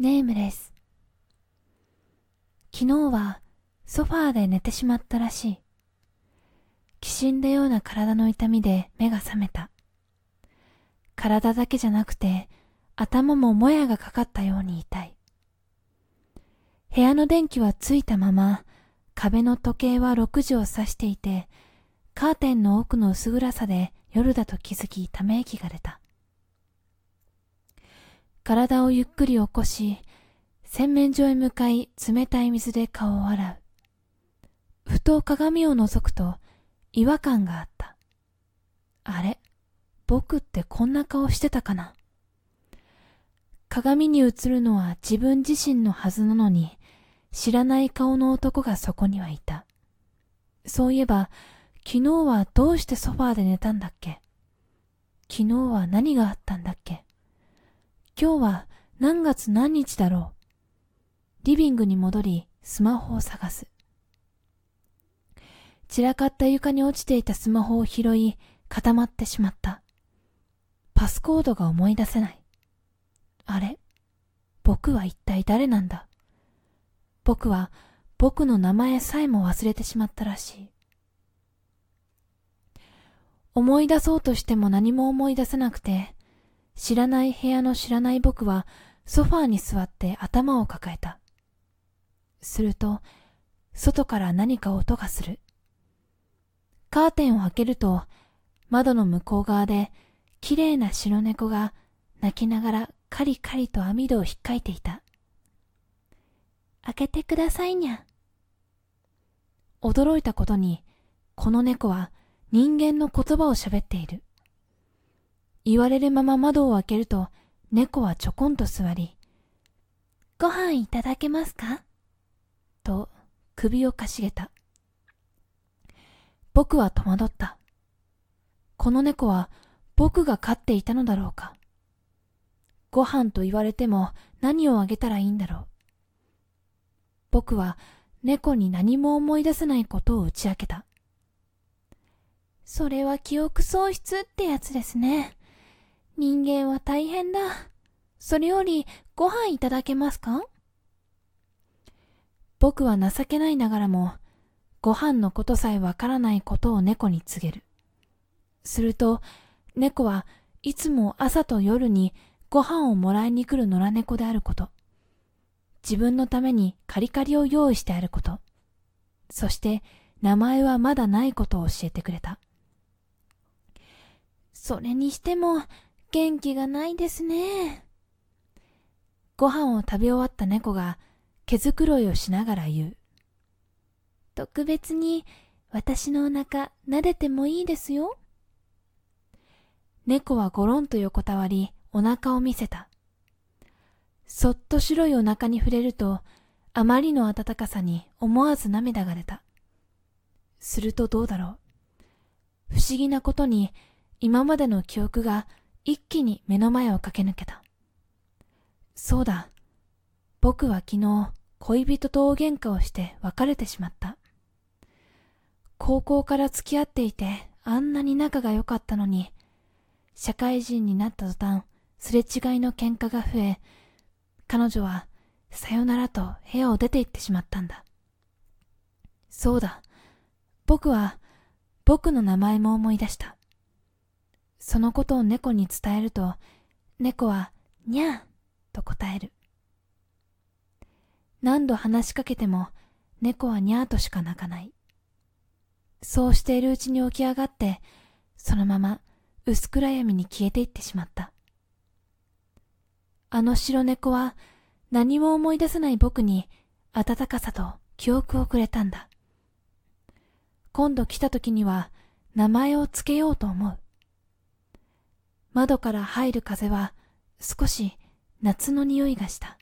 ネームレス。昨日はソファーで寝てしまったらしい。きしんだような体の痛みで目が覚めた。体だけじゃなくて頭ももやがかかったように痛い。部屋の電気はついたまま、壁の時計は6時を指していて、カーテンの奥の薄暗さで夜だと気づきため息が出た。体をゆっくり起こし、洗面所へ向かい冷たい水で顔を洗う。ふと鏡を覗くと違和感があった。あれ、僕ってこんな顔してたかな。鏡に映るのは自分自身のはずなのに、知らない顔の男がそこにはいた。そういえば、昨日はどうしてソファーで寝たんだっけ？昨日は何があったんだっけ？今日は何月何日だろう。リビングに戻り、スマホを探す。散らかった床に落ちていたスマホを拾い、固まってしまった。パスコードが思い出せない。あれ？僕は一体誰なんだ？僕は僕の名前さえも忘れてしまったらしい。思い出そうとしても何も思い出せなくて、知らない部屋の知らない僕はソファーに座って頭を抱えた。すると、外から何か音がする。カーテンを開けると、窓の向こう側で綺麗な白猫が泣きながらカリカリと網戸をひっかいていた。開けてくださいにゃ。驚いたことに、この猫は人間の言葉を喋っている。言われるまま窓を開けると、猫はちょこんと座り、ご飯いただけますか？と首をかしげた。僕は戸惑った。この猫は僕が飼っていたのだろうか。ご飯と言われても何をあげたらいいんだろう。僕は猫に何も思い出せないことを打ち明けた。それは記憶喪失ってやつですね。人間は大変だ。それよりご飯いただけますか？僕は情けないながらも、ご飯のことさえわからないことを猫に告げる。すると、猫はいつも朝と夜にご飯をもらいに来る野良猫であること、自分のためにカリカリを用意してあること、そして名前はまだないことを教えてくれた。それにしても元気がないですね。ご飯を食べ終わった猫が毛づくろいをしながら言う。特別に私のお腹撫でてもいいですよ。猫はゴロンと横たわりお腹を見せた。そっと白いお腹に触れると、あまりの温かさに思わず涙が出た。するとどうだろう。不思議なことに今までの記憶が一気に目の前を駆け抜けた。そうだ。僕は昨日恋人と大喧嘩をして別れてしまった。高校から付き合っていてあんなに仲が良かったのに、社会人になった途端すれ違いの喧嘩が増え、彼女はさよならと部屋を出て行ってしまったんだ。そうだ。僕は僕の名前も思い出した。そのことを猫に伝えると、猫はにゃーと答える。何度話しかけても猫はにゃーとしか鳴かない。そうしているうちに起き上がって、そのまま薄暗闇に消えていってしまった。あの白猫は何も思い出せない僕に温かさと記憶をくれたんだ。今度来た時には名前をつけようと思う。窓から入る風は少し夏の匂いがした。